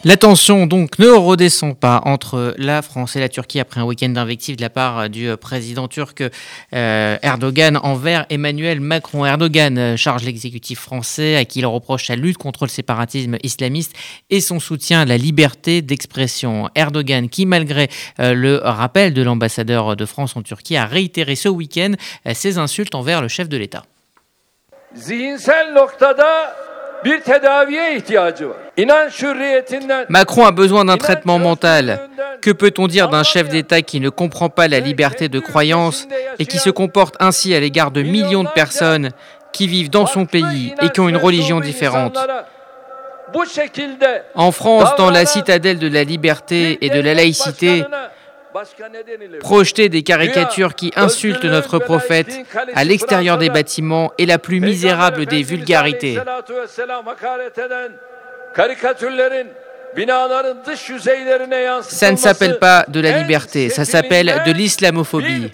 La tension donc ne redescend pas entre la France et la Turquie après un week-end d'invectives de la part du président turc Erdogan envers Emmanuel Macron. Erdogan charge l'exécutif français à qui il reproche sa lutte contre le séparatisme islamiste et son soutien à la liberté d'expression. Erdogan qui, malgré le rappel de l'ambassadeur de France en Turquie, a réitéré ce week-end ses insultes envers le chef de l'État. Macron a besoin d'un traitement mental. Que peut-on dire d'un chef d'État qui ne comprend pas la liberté de croyance et qui se comporte ainsi à l'égard de millions de personnes qui vivent dans son pays et qui ont une religion différente? En France, dans la citadelle de la liberté et de la laïcité, projeter des caricatures qui insultent notre prophète à l'extérieur des bâtiments est la plus misérable des vulgarités. Ça ne s'appelle pas de la liberté, ça s'appelle de l'islamophobie.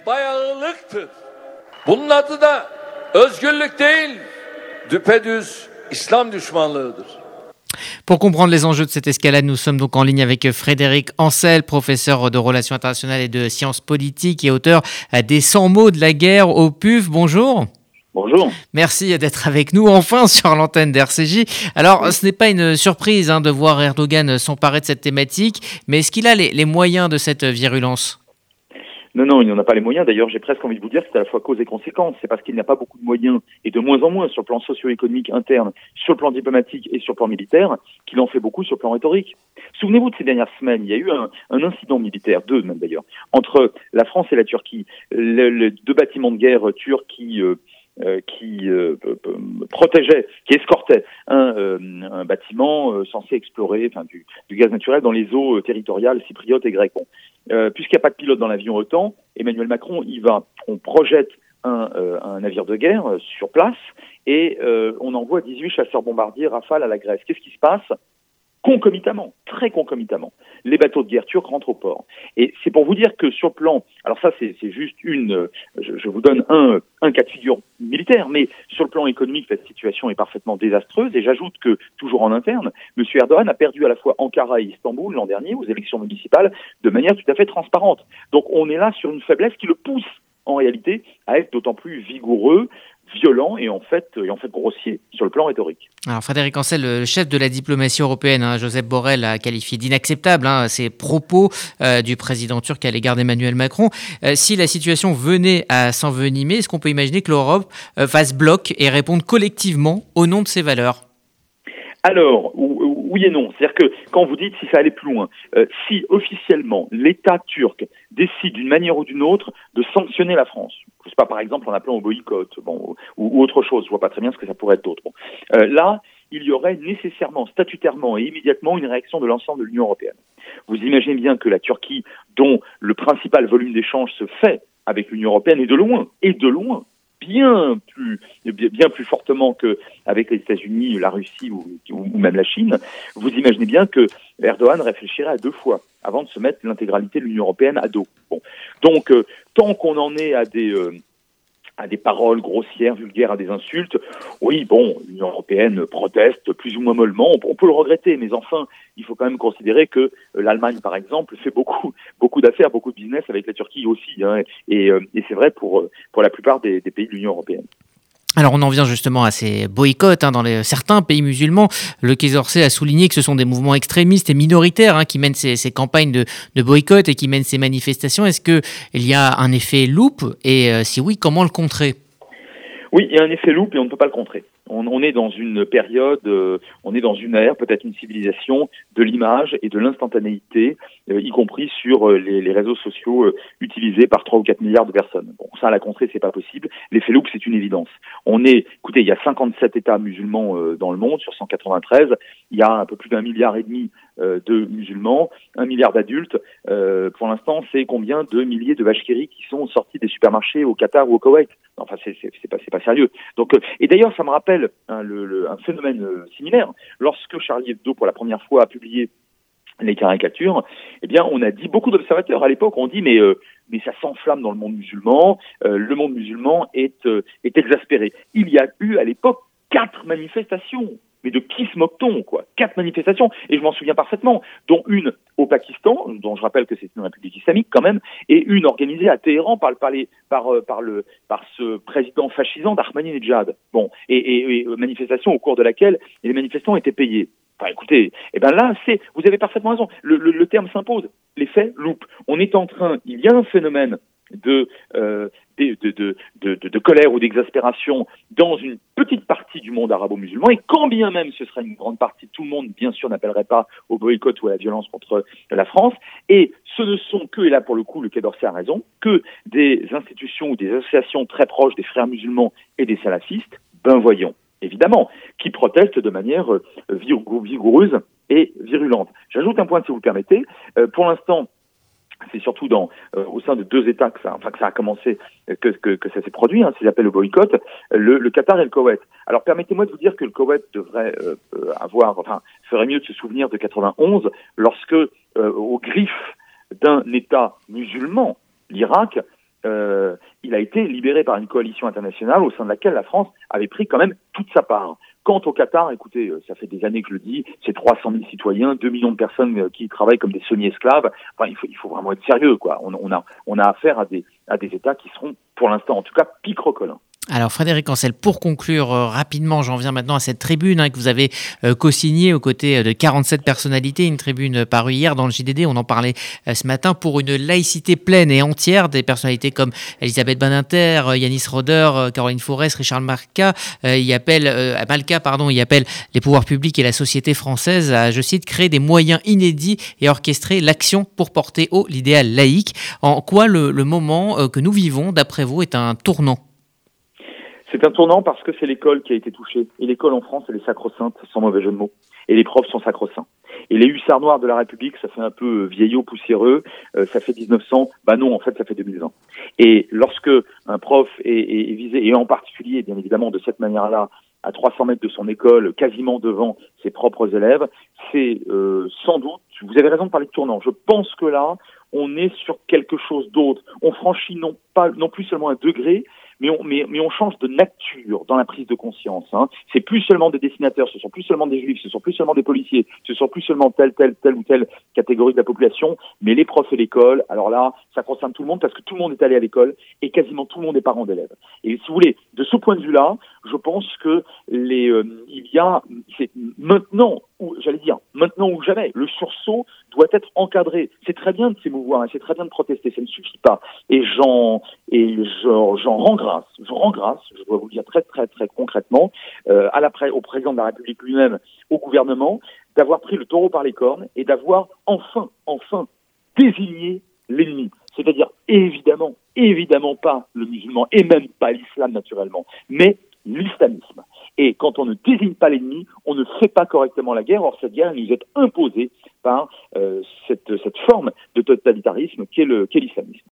Pour comprendre les enjeux de cette escalade, nous sommes donc en ligne avec Frédéric Ancel, professeur de relations internationales et de sciences politiques et auteur des 100 mots de la guerre au PUF. Bonjour. Bonjour. Merci d'être avec nous enfin sur l'antenne d'RCJ. Alors, ce n'est pas une surprise de voir Erdogan s'emparer de cette thématique, mais est-ce qu'il a les moyens de cette virulence ? Non, il n'en a pas les moyens. D'ailleurs, j'ai presque envie de vous dire que c'est à la fois cause et conséquence. C'est parce qu'il n'a pas beaucoup de moyens, et de moins en moins sur le plan socio-économique interne, sur le plan diplomatique et sur le plan militaire, qu'il en fait beaucoup sur le plan rhétorique. Souvenez-vous de ces dernières semaines, il y a eu un incident militaire, deux même d'ailleurs, entre la France et la Turquie. Les deux bâtiments de guerre turcs qui protégeait, qui escortait un bâtiment censé explorer du gaz naturel dans les eaux territoriales chypriotes et grecques. Bon, puisqu'il n'y a pas de pilote dans l'avion OTAN, Emmanuel Macron on projette un navire de guerre sur place et on envoie 18 chasseurs bombardiers Rafale à la Grèce. Qu'est-ce qui se passe ? Concomitamment, très concomitamment, les bateaux de guerre turcs rentrent au port. Et c'est pour vous dire que sur le plan, alors ça c'est juste je vous donne un cas de figure militaire, mais sur le plan économique, la situation est parfaitement désastreuse. Et j'ajoute que, toujours en interne, M. Erdogan a perdu à la fois Ankara et Istanbul l'an dernier aux élections municipales de manière tout à fait transparente. Donc on est là sur une faiblesse qui le pousse en réalité à être d'autant plus vigoureux, violent et en fait grossier sur le plan rhétorique. Alors Frédéric Ancel, le chef de la diplomatie européenne, Josep Borrell, a qualifié d'inacceptable ces propos du président turc à l'égard d'Emmanuel Macron. Si la situation venait à s'envenimer, est-ce qu'on peut imaginer que l'Europe fasse bloc et réponde collectivement au nom de ses valeurs ? Alors, oui et non. C'est-à-dire que quand vous dites si ça allait plus loin, si officiellement l'État turc décide d'une manière ou d'une autre de sanctionner la France, je sais pas, par exemple en appelant au boycott, ou autre chose, je vois pas très bien ce que ça pourrait être d'autre. Là, il y aurait nécessairement, statutairement et immédiatement une réaction de l'ensemble de l'Union européenne. Vous imaginez bien que la Turquie, dont le principal volume d'échange se fait avec l'Union européenne, et de loin, bien plus fortement qu'avec les États-Unis, la Russie ou même la Chine, vous imaginez bien que Erdogan réfléchirait à deux fois avant de se mettre l'intégralité de l'Union européenne à dos. Bon. Donc, tant qu'on en est à des paroles grossières, vulgaires, à des insultes, oui, l'Union européenne proteste plus ou moins mollement, on peut le regretter, mais enfin, il faut quand même considérer que l'Allemagne, par exemple, fait beaucoup d'affaires, beaucoup de business avec la Turquie aussi, et c'est vrai pour la plupart des pays de l'Union européenne. Alors on en vient justement à ces boycotts dans certains pays musulmans. Le Quai d'Orsay a souligné que ce sont des mouvements extrémistes et minoritaires qui mènent ces campagnes de boycott et qui mènent ces manifestations. Est-ce qu'il y a un effet loupe et si oui, comment le contrer ? Oui, il y a un effet loupe et on ne peut pas le contrer. On est dans une période, on est dans une ère, peut-être une civilisation de l'image et de l'instantanéité, y compris sur les réseaux sociaux utilisés par 3 ou 4 milliards de personnes. Bon, ça, à la contrer, c'est pas possible. L'effet loupe, c'est une évidence. Écoutez, il y a 57 États musulmans dans le monde sur 193. Il y a un peu plus d'1,5 milliard de musulmans, 1 milliard d'adultes. Pour l'instant, c'est combien de milliers de vaches qui rient qui sont sorties des supermarchés au Qatar ou au Koweït. Enfin, c'est pas sérieux. Donc, et d'ailleurs, ça me rappelle un phénomène similaire. Lorsque Charlie Hebdo, pour la première fois, a publié les caricatures, eh bien, on a dit, beaucoup d'observateurs à l'époque ont dit, mais ça s'enflamme dans le monde musulman. Le monde musulman est exaspéré. Il y a eu à l'époque 4 manifestations Mais de qui se moque-t-on, quoi? 4 manifestations, et je m'en souviens parfaitement, dont une au Pakistan, dont je rappelle que c'est une république islamique quand même, et une organisée à Téhéran par ce président fascisant d'Ahmadinejad. Bon, et manifestation au cours de laquelle les manifestants étaient payés. Enfin, écoutez, là, vous avez parfaitement raison. Le terme s'impose. Les faits loupent. Il y a un phénomène de colère ou d'exaspération dans une petite partie du monde arabo-musulman, et quand bien même ce serait une grande partie, tout le monde, bien sûr, n'appellerait pas au boycott ou à la violence contre la France, et ce ne sont que, et là pour le coup le Quai d'Orsay a raison, que des institutions ou des associations très proches des frères musulmans et des salafistes, voyons, évidemment, qui protestent de manière vigoureuse et virulente. J'ajoute un point, si vous le permettez. Pour l'instant, c'est surtout au sein de 2 États que ça a commencé, que ça s'est produit, ces appels au boycott, le Qatar et le Koweït. Alors permettez-moi de vous dire que le Koweït devrait ferait mieux de se souvenir de 91, lorsque, au griffe d'un État musulman, l'Irak, il a été libéré par une coalition internationale au sein de laquelle la France avait pris quand même toute sa part. Quant au Qatar, écoutez, ça fait des années que je le dis, c'est 300 000 citoyens, 2 millions de personnes qui travaillent comme des semi-esclaves. Enfin, il faut vraiment être sérieux, quoi. On a affaire à des États qui seront, pour l'instant, en tout cas, picrocolins. Alors Frédéric Ancel, pour conclure rapidement, j'en viens maintenant à cette tribune que vous avez co-signée aux côtés de 47 personnalités, une tribune parue hier dans le JDD, on en parlait ce matin, pour une laïcité pleine et entière, des personnalités comme Elisabeth Badinter, Yanis Roder, Caroline Forest, Richard Malka, il appelle les pouvoirs publics et la société française à, je cite, créer des moyens inédits et orchestrer l'action pour porter haut l'idéal laïque. En quoi le moment que nous vivons, d'après vous, est un tournant ? C'est un tournant parce que c'est l'école qui a été touchée. Et l'école en France, elle est sacro-sainte, sans mauvais jeu de mots. Et les profs sont sacro-saints. Et les hussards noirs de la République, ça fait un peu vieillot, poussiéreux, ça fait 1900, non, en fait, ça fait 2020. Et lorsque un prof est visé, et en particulier, bien évidemment, de cette manière-là, à 300 mètres de son école, quasiment devant ses propres élèves, c'est sans doute, vous avez raison de parler de tournant. Je pense que là, on est sur quelque chose d'autre. On franchit non plus seulement un degré, mais on change de nature dans la prise de conscience. C'est plus seulement des dessinateurs, ce sont plus seulement des juifs, ce sont plus seulement des policiers, ce sont plus seulement telle ou telle catégorie de la population, mais les profs et l'école, alors là, ça concerne tout le monde parce que tout le monde est allé à l'école et quasiment tout le monde est parent d'élèves. Et si vous voulez, de ce point de vue-là, je pense que c'est maintenant ou jamais, le sursaut doit être encadré. C'est très bien de s'émouvoir, c'est très bien de protester, ça ne suffit pas. Et j'en rends grâce, je dois vous le dire très très très concrètement, au président de la République lui-même, au gouvernement, d'avoir pris le taureau par les cornes et d'avoir enfin désigné l'ennemi. C'est-à-dire évidemment pas le musulman et même pas l'islam naturellement, mais l'islamisme. Et quand on ne désigne pas l'ennemi, on ne fait pas correctement la guerre. Or, cette guerre nous est imposée par cette forme de totalitarisme qu'est l'islamisme.